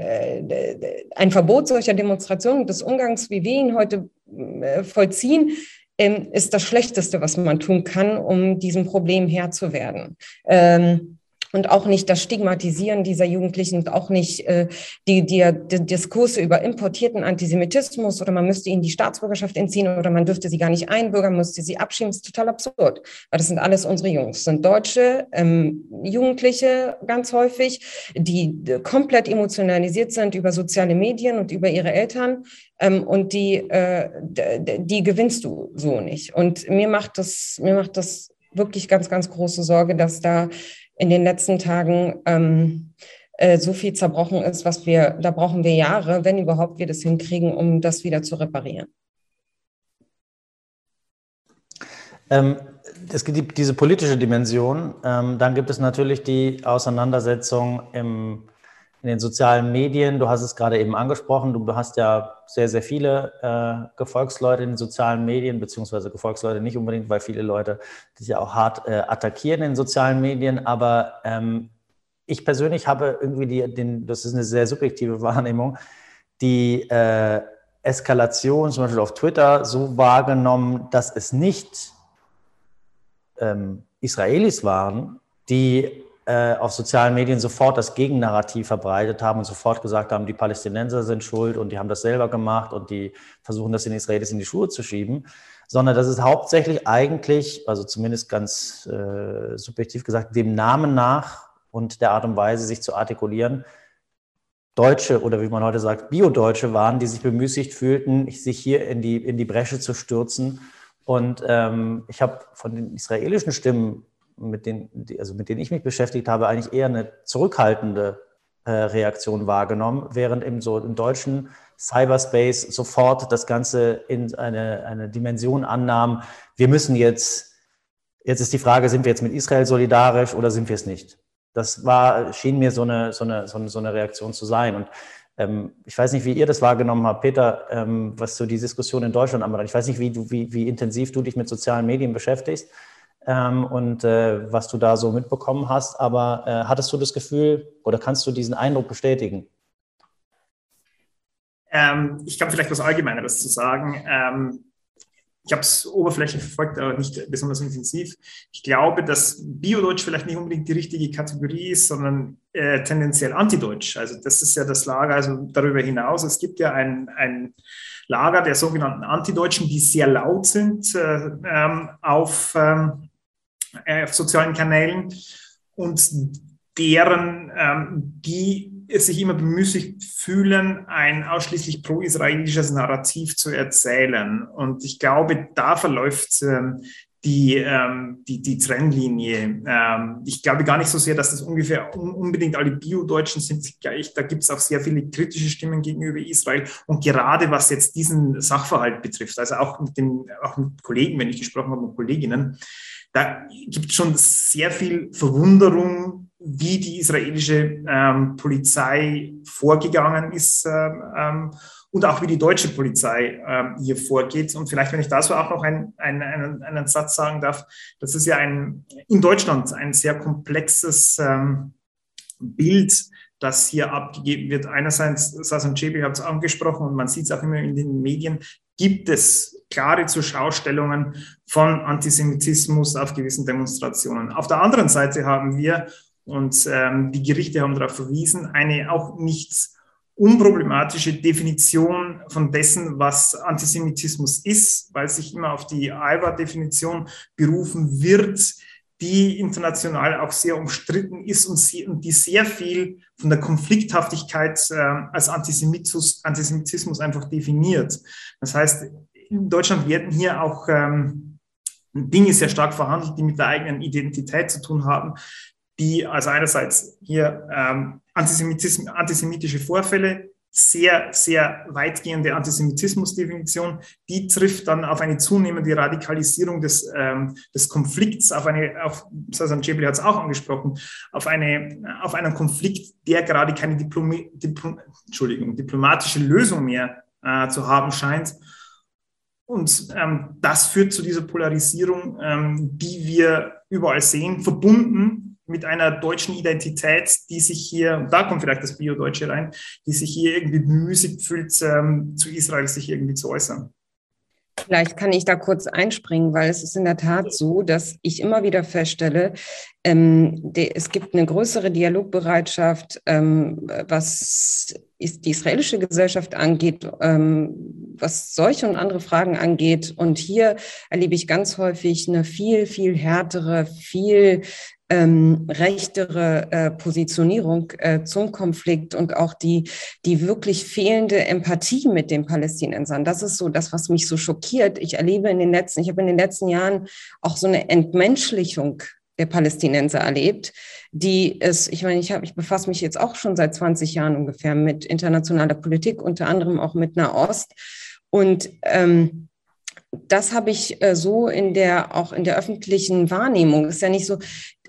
äh, ein Verbot solcher Demonstrationen des Umgangs, wie wir ihn heute äh, vollziehen, ist das Schlechteste, was man tun kann, um diesem Problem Herr zu werden. Ähm, und auch nicht das Stigmatisieren dieser Jugendlichen und auch nicht äh, die, die, die Diskurse über importierten Antisemitismus oder man müsste ihnen die Staatsbürgerschaft entziehen oder man dürfte sie gar nicht einbürgern, müsste sie abschieben, das ist total absurd. Weil das sind alles unsere Jungs, das sind deutsche ähm, Jugendliche ganz häufig, die komplett emotionalisiert sind über soziale Medien und über ihre Eltern. Ähm, und die, äh, die, die gewinnst du so nicht. Und mir macht das, mir macht das wirklich ganz, ganz große Sorge, dass da in den letzten Tagen ähm, äh, so viel zerbrochen ist, was wir, da brauchen wir Jahre, wenn überhaupt wir das hinkriegen, um das wieder zu reparieren. Ähm, es gibt diese politische Dimension. Ähm, dann gibt es natürlich die Auseinandersetzung im in den sozialen Medien, du hast es gerade eben angesprochen, du hast ja sehr, sehr viele äh, Gefolgsleute in den sozialen Medien, beziehungsweise Gefolgsleute nicht unbedingt, weil viele Leute dich ja auch hart äh, attackieren in den sozialen Medien, aber ähm, ich persönlich habe irgendwie die, den, das ist eine sehr subjektive Wahrnehmung, die äh, Eskalation zum Beispiel auf Twitter so wahrgenommen, dass es nicht ähm, Israelis waren, die äh, auf sozialen Medien sofort das Gegennarrativ verbreitet haben und sofort gesagt haben, die Palästinenser sind schuld und die haben das selber gemacht und die versuchen das den Israelis in die Schuhe zu schieben, sondern das ist hauptsächlich eigentlich, also zumindest ganz äh, subjektiv gesagt, dem Namen nach und der Art und Weise, sich zu artikulieren, Deutsche oder wie man heute sagt, Bio-Deutsche waren, die sich bemüßigt fühlten, sich hier in die, in die Bresche zu stürzen. Und ähm, ich habe von den israelischen Stimmen, mit denen, also mit denen ich mich beschäftigt habe, eigentlich eher eine zurückhaltende äh, Reaktion wahrgenommen, während im, so im deutschen Cyberspace sofort das Ganze in eine, eine Dimension annahm, wir müssen jetzt, jetzt ist die Frage, sind wir jetzt mit Israel solidarisch oder sind wir es nicht? Das war, schien mir so eine, so eine, so eine, so eine Reaktion zu sein. Und ähm, ich weiß nicht, wie ihr das wahrgenommen habt, Peter, ähm, was so die Diskussion in Deutschland anbelangt. Ich weiß nicht, wie, du, wie, wie intensiv du dich mit sozialen Medien beschäftigst ähm, und äh, was du da so mitbekommen hast. Aber äh, hattest du das Gefühl oder kannst du diesen Eindruck bestätigen? Ähm, ich kann vielleicht was Allgemeineres zu sagen. Ähm, Ich habe es oberflächlich verfolgt, aber nicht besonders intensiv. Ich glaube, dass Bio-Deutsch vielleicht nicht unbedingt die richtige Kategorie ist, sondern äh, tendenziell Anti-Deutsch. Also das ist ja das Lager, also darüber hinaus. Es gibt ja ein, ein Lager der sogenannten Anti-Deutschen, die sehr laut sind äh, ähm, auf, ähm, äh, auf sozialen Kanälen und deren, ähm, die sich immer bemüßigt fühlen, ein ausschließlich pro-israelisches Narrativ zu erzählen. Und ich glaube, da verläuft ähm, die, ähm, die, die Trennlinie. Ähm, ich glaube gar nicht so sehr, dass das ungefähr un- unbedingt alle Bio-Deutschen sind gleich. Da gibt es auch sehr viele kritische Stimmen gegenüber Israel. Und gerade was jetzt diesen Sachverhalt betrifft, also auch mit den auch mit Kollegen, wenn ich gesprochen habe, mit Kolleginnen, da gibt es schon sehr viel Verwunderung, wie die israelische ähm, Polizei vorgegangen ist ähm, und auch wie die deutsche Polizei ähm, hier vorgeht. Und vielleicht, wenn ich dazu auch noch ein, ein, einen, einen Satz sagen darf, das ist ja ein, in Deutschland ein sehr komplexes ähm, Bild, das hier abgegeben wird. Einerseits, Sazon Cebi hat es angesprochen und man sieht es auch immer in den Medien, gibt es klare Zurschaustellungen von Antisemitismus auf gewissen Demonstrationen. Auf der anderen Seite haben wir, und ähm, die Gerichte haben darauf verwiesen, eine auch nicht unproblematische Definition von dessen, was Antisemitismus ist, weil sich immer auf die A I B A-Definition berufen wird, die international auch sehr umstritten ist und, sie, und die sehr viel von der Konflikthaftigkeit äh, als Antisemitismus, Antisemitismus einfach definiert. Das heißt, in Deutschland werden hier auch ähm, Dinge sehr stark verhandelt, die mit der eigenen Identität zu tun haben, die also einerseits hier ähm, Antisemitismus, antisemitische Vorfälle, sehr, sehr weitgehende Antisemitismusdefinition, die trifft dann auf eine zunehmende Radikalisierung des, ähm, des Konflikts, auf eine, auf, Sazon Cebi hat es auch angesprochen, auf, eine, auf einen Konflikt, der gerade keine Diplom, Diplom, Entschuldigung, diplomatische Lösung mehr äh, zu haben scheint. Und ähm, das führt zu dieser Polarisierung, ähm, die wir überall sehen, verbunden mit einer deutschen Identität, die sich hier, und da kommt vielleicht das Bio-Deutsche rein, die sich hier irgendwie bemüßigt fühlt, ähm, zu Israel sich irgendwie zu äußern. Vielleicht kann ich da kurz einspringen, weil es ist in der Tat so, dass ich immer wieder feststelle, ähm, de, es gibt eine größere Dialogbereitschaft, ähm, was ist die israelische Gesellschaft angeht, ähm, was solche und andere Fragen angeht. Und hier erlebe ich ganz häufig eine viel, viel härtere, viel Ähm, rechtere äh, Positionierung äh, zum Konflikt und auch die, die wirklich fehlende Empathie mit den Palästinensern. Das ist so das, was mich so schockiert. Ich erlebe in den letzten, ich habe in den letzten Jahren auch so eine Entmenschlichung der Palästinenser erlebt, die es, ich meine, ich habe, ich befasse mich jetzt auch schon seit zwanzig Jahren ungefähr mit internationaler Politik, unter anderem auch mit Nahost. Und ähm, das habe ich äh, so in der, auch in der öffentlichen Wahrnehmung, ist ja nicht so,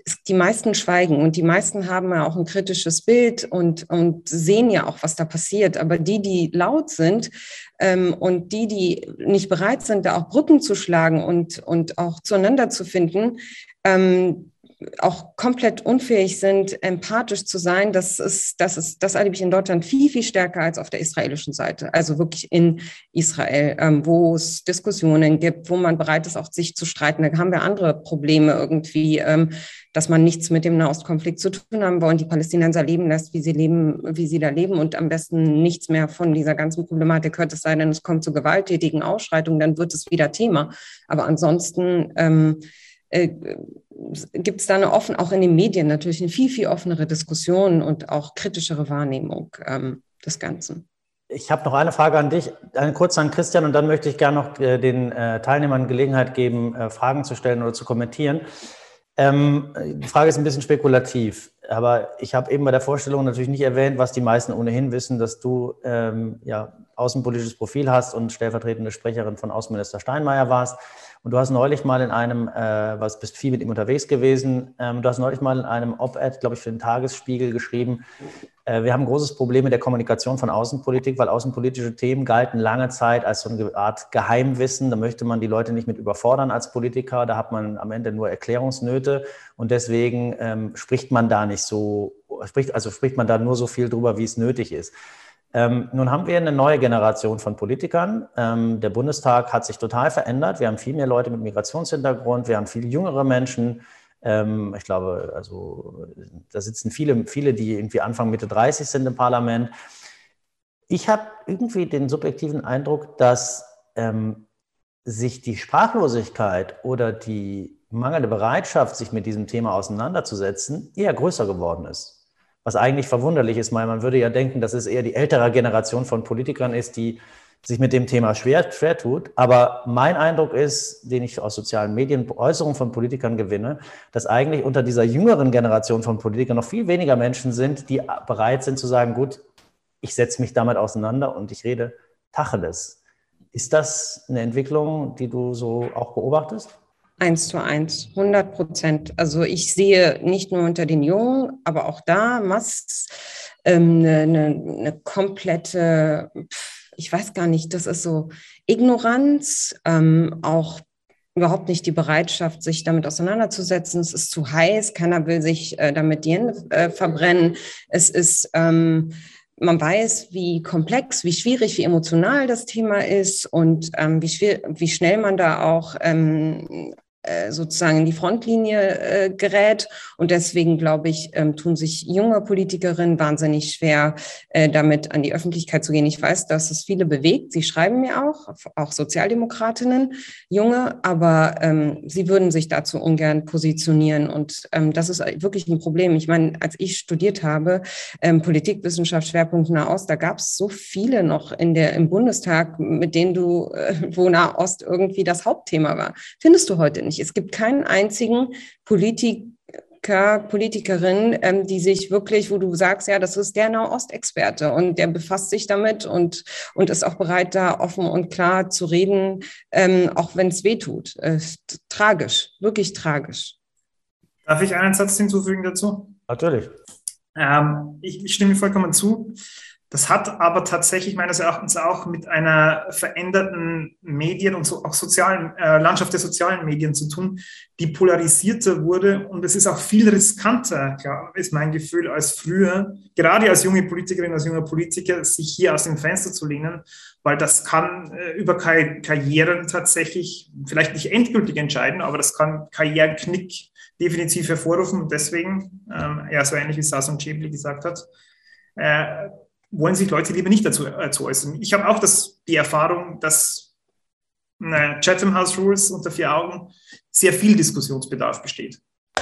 die meisten schweigen und die meisten haben ja auch ein kritisches Bild und, und sehen ja auch, was da passiert. Aber die, die laut sind ähm, und die, die nicht bereit sind, da auch Brücken zu schlagen und, und auch zueinander zu finden, ähm, auch komplett unfähig sind, empathisch zu sein, das ist, das ist, das erlebe ich in Deutschland viel, viel stärker als auf der israelischen Seite. Also wirklich in Israel, ähm, wo es Diskussionen gibt, wo man bereit ist, auch sich zu streiten. Da haben wir andere Probleme irgendwie, ähm, dass man nichts mit dem Nahostkonflikt zu tun haben wollen, die Palästinenser leben lässt, wie sie leben, wie sie da leben und am besten nichts mehr von dieser ganzen Problematik hört, es sei denn, es kommt zu gewalttätigen Ausschreitungen, dann wird es wieder Thema. Aber ansonsten ähm, äh, gibt es da eine offen, auch in den Medien natürlich eine viel, viel offenere Diskussion und auch kritischere Wahrnehmung ähm, des Ganzen. Ich habe noch eine Frage an dich, eine kurz an Christian, und dann möchte ich gerne noch äh, den äh, Teilnehmern Gelegenheit geben, äh, Fragen zu stellen oder zu kommentieren. Ähm, die Frage ist ein bisschen spekulativ, aber ich habe eben bei der Vorstellung natürlich nicht erwähnt, was die meisten ohnehin wissen, dass du ähm, ja, außenpolitisches Profil hast und stellvertretende Sprecherin von Außenminister Steinmeier warst. Und du hast neulich mal in einem, äh, was bist viel mit ihm unterwegs gewesen, ähm, du hast neulich mal in einem Op-Ed, glaube ich, für den Tagesspiegel geschrieben, äh, wir haben ein großes Problem mit der Kommunikation von Außenpolitik, weil außenpolitische Themen galten lange Zeit als so eine Art Geheimwissen. Da möchte man die Leute nicht mit überfordern als Politiker, da hat man am Ende nur Erklärungsnöte und deswegen ähm, spricht man da nicht so, spricht, also spricht man da nur so viel drüber, wie es nötig ist. Ähm, nun haben wir eine neue Generation von Politikern. Ähm, der Bundestag hat sich total verändert. Wir haben viel mehr Leute mit Migrationshintergrund, wir haben viel jüngere Menschen. Ähm, ich glaube, also da sitzen viele, viele, die irgendwie Anfang, Mitte dreißig sind im Parlament. Ich habe irgendwie den subjektiven Eindruck, dass ähm, sich die Sprachlosigkeit oder die mangelnde Bereitschaft, sich mit diesem Thema auseinanderzusetzen, eher größer geworden ist. Was eigentlich verwunderlich ist, weil man würde ja denken, dass es eher die ältere Generation von Politikern ist, die sich mit dem Thema schwer, schwer tut. Aber mein Eindruck ist, den ich aus sozialen Medien, Äußerungen von Politikern gewinne, dass eigentlich unter dieser jüngeren Generation von Politikern noch viel weniger Menschen sind, die bereit sind zu sagen, gut, ich setze mich damit auseinander und ich rede Tacheles. Ist das eine Entwicklung, die du so auch beobachtest? Eins zu eins, hundert Prozent. Also ich sehe nicht nur unter den Jungen, aber auch da Mass, ähm, eine, eine, eine komplette, ich weiß gar nicht, das ist so Ignoranz, ähm, auch überhaupt nicht die Bereitschaft, sich damit auseinanderzusetzen. Es ist zu heiß, keiner will sich äh, damit die Hände äh, verbrennen. Es ist... Ähm, Man weiß, wie komplex, wie schwierig, wie emotional das Thema ist und ähm, wie, schwer, wie schnell man da auch ähm, äh, sozusagen in die Frontlinie äh, gerät. Und deswegen, glaube ich, ähm, tun sich junge Politikerinnen wahnsinnig schwer, äh, damit an die Öffentlichkeit zu gehen. Ich weiß, dass es viele bewegt. Sie schreiben mir auch, auch Sozialdemokratinnen, junge, aber ähm, sie würden sich dazu ungern positionieren. Und ähm, das ist wirklich ein Problem. Ich meine, als ich studiert habe, ähm, Politikwissenschaft, Schwerpunkt Nahost, da gab es so viele noch in der, im Bundestag, mit denen du, äh, wo Nahost irgendwie das Hauptthema war. Findest du heute nicht. Es gibt keinen einzigen Politiker, Politikerin, ähm, die sich wirklich, wo du sagst, ja, das ist der Nahost-Experte und der befasst sich damit und, und ist auch bereit, da offen und klar zu reden, ähm, auch wenn es weh tut. Äh, tragisch, wirklich tragisch. Darf ich einen Satz hinzufügen dazu? Natürlich. Ähm, ich, ich stimme vollkommen zu. Das hat aber tatsächlich meines Erachtens auch mit einer veränderten Medien- und so auch sozialen äh, Landschaft der sozialen Medien zu tun, die polarisierter wurde. Und es ist auch viel riskanter, klar, ist mein Gefühl, als früher, gerade als junge Politikerin, als junger Politiker, sich hier aus dem Fenster zu lehnen, weil das kann äh, über Kar- Karrieren tatsächlich vielleicht nicht endgültig entscheiden, aber das kann Karrierenknick definitiv hervorrufen. Und deswegen, ähm, ja, so ähnlich wie Sasan Cebli gesagt hat, äh, wollen sich Leute lieber nicht dazu, äh, zu äußern. Ich habe auch das, die Erfahrung, dass äh, Chatham House Rules unter vier Augen sehr viel Diskussionsbedarf besteht.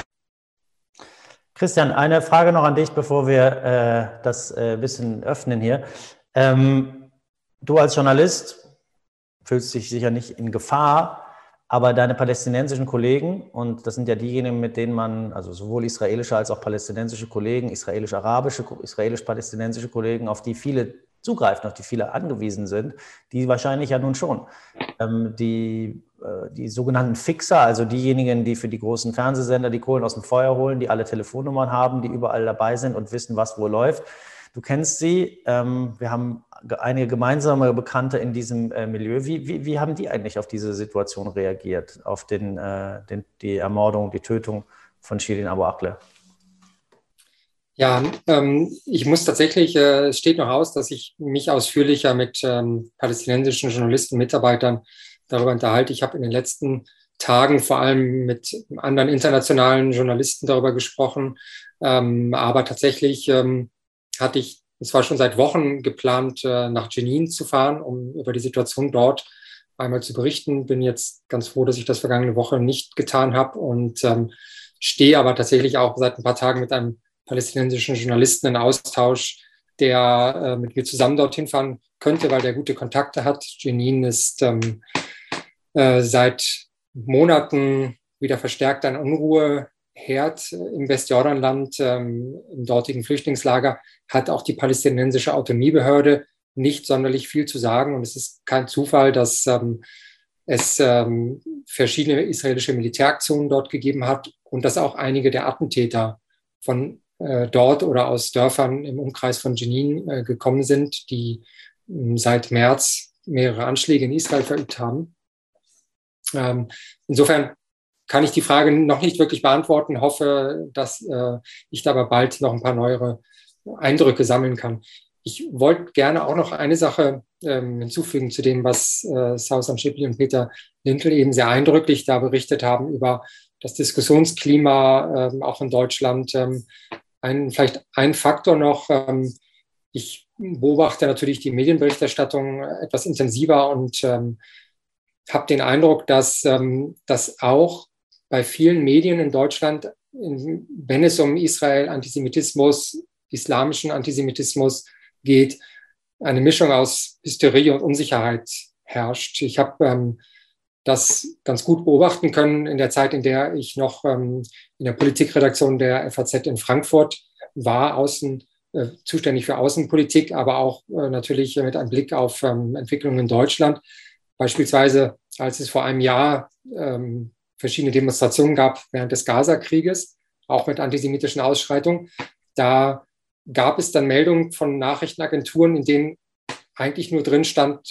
Christian, eine Frage noch an dich, bevor wir äh, das ein äh, bisschen öffnen hier. Ähm, du als Journalist fühlst dich sicher nicht in Gefahr, aber deine palästinensischen Kollegen, und das sind ja diejenigen, mit denen man, also sowohl israelische als auch palästinensische Kollegen, israelisch-arabische, israelisch-palästinensische Kollegen, auf die viele zugreifen, auf die viele angewiesen sind, die wahrscheinlich ja nun schon. Ähm, die, äh, die sogenannten Fixer, also diejenigen, die für die großen Fernsehsender die Kohlen aus dem Feuer holen, die alle Telefonnummern haben, die überall dabei sind und wissen, was wo läuft. Du kennst sie, ähm, wir haben einige gemeinsame Bekannte in diesem äh, Milieu. Wie, wie, wie haben die eigentlich auf diese Situation reagiert, auf den, äh, den, die Ermordung, die Tötung von Shirin Abu Akleh? Ja, ähm, ich muss tatsächlich, äh, es steht noch aus, dass ich mich ausführlicher mit ähm, palästinensischen Journalisten, Mitarbeitern darüber unterhalte. Ich habe in den letzten Tagen vor allem mit anderen internationalen Journalisten darüber gesprochen. Ähm, aber tatsächlich ähm, hatte ich, es war schon seit Wochen geplant, äh, nach Jenin zu fahren, um über die Situation dort einmal zu berichten. Bin jetzt ganz froh, dass ich das vergangene Woche nicht getan habe und ähm, stehe aber tatsächlich auch seit ein paar Tagen mit einem palästinensischen Journalisten in Austausch, der äh, mit mir zusammen dorthin fahren könnte, weil der gute Kontakte hat. Jenin ist ähm, äh, seit Monaten wieder verstärkt ein Unruheherd im Westjordanland, ähm, im dortigen Flüchtlingslager, hat auch die palästinensische Autonomiebehörde nicht sonderlich viel zu sagen. Und es ist kein Zufall, dass ähm, es ähm, verschiedene israelische Militäraktionen dort gegeben hat und dass auch einige der Attentäter von äh, dort oder aus Dörfern im Umkreis von Jenin äh, gekommen sind, die äh, seit März mehrere Anschläge in Israel verübt haben. Ähm, insofern kann ich die Frage noch nicht wirklich beantworten, hoffe, dass äh, ich da aber bald noch ein paar neuere Eindrücke sammeln kann. Ich wollte gerne auch noch eine Sache ähm, hinzufügen zu dem, was äh, Sausan Schipli und Peter Lintel eben sehr eindrücklich da berichtet haben über das Diskussionsklima ähm, auch in Deutschland. Ähm, ein, vielleicht ein Faktor noch, ähm, ich beobachte natürlich die Medienberichterstattung etwas intensiver und ähm, habe den Eindruck, dass ähm, das auch bei vielen Medien in Deutschland, in, wenn es um Israel, Antisemitismus, islamischen Antisemitismus geht, eine Mischung aus Hysterie und Unsicherheit herrscht. Ich habe ähm, das ganz gut beobachten können in der Zeit, in der ich noch ähm, in der Politikredaktion der F A Z in Frankfurt war, außen, äh, zuständig für Außenpolitik, aber auch äh, natürlich mit einem Blick auf ähm, Entwicklungen in Deutschland. Beispielsweise, als es vor einem Jahr ähm, verschiedene Demonstrationen gab während des Gaza-Krieges, auch mit antisemitischen Ausschreitungen, da gab es dann Meldungen von Nachrichtenagenturen, in denen eigentlich nur drin stand,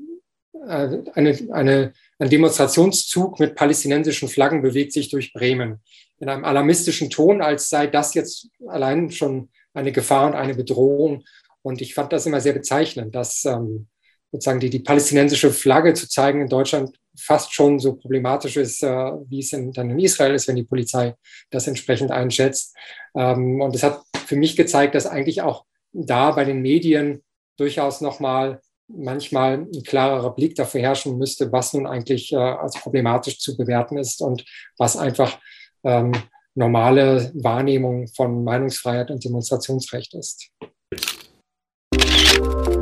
äh, eine, eine, ein Demonstrationszug mit palästinensischen Flaggen bewegt sich durch Bremen. In einem alarmistischen Ton, als sei das jetzt allein schon eine Gefahr und eine Bedrohung. Und ich fand das immer sehr bezeichnend, dass ähm, sozusagen die, die palästinensische Flagge zu zeigen in Deutschland fast schon so problematisch ist, äh, wie es in, dann in Israel ist, wenn die Polizei das entsprechend einschätzt. Ähm, und es hat für mich gezeigt, dass eigentlich auch da bei den Medien durchaus nochmal manchmal ein klarerer Blick dafür herrschen müsste, was nun eigentlich äh, als problematisch zu bewerten ist und was einfach ähm, normale Wahrnehmung von Meinungsfreiheit und Demonstrationsrecht ist.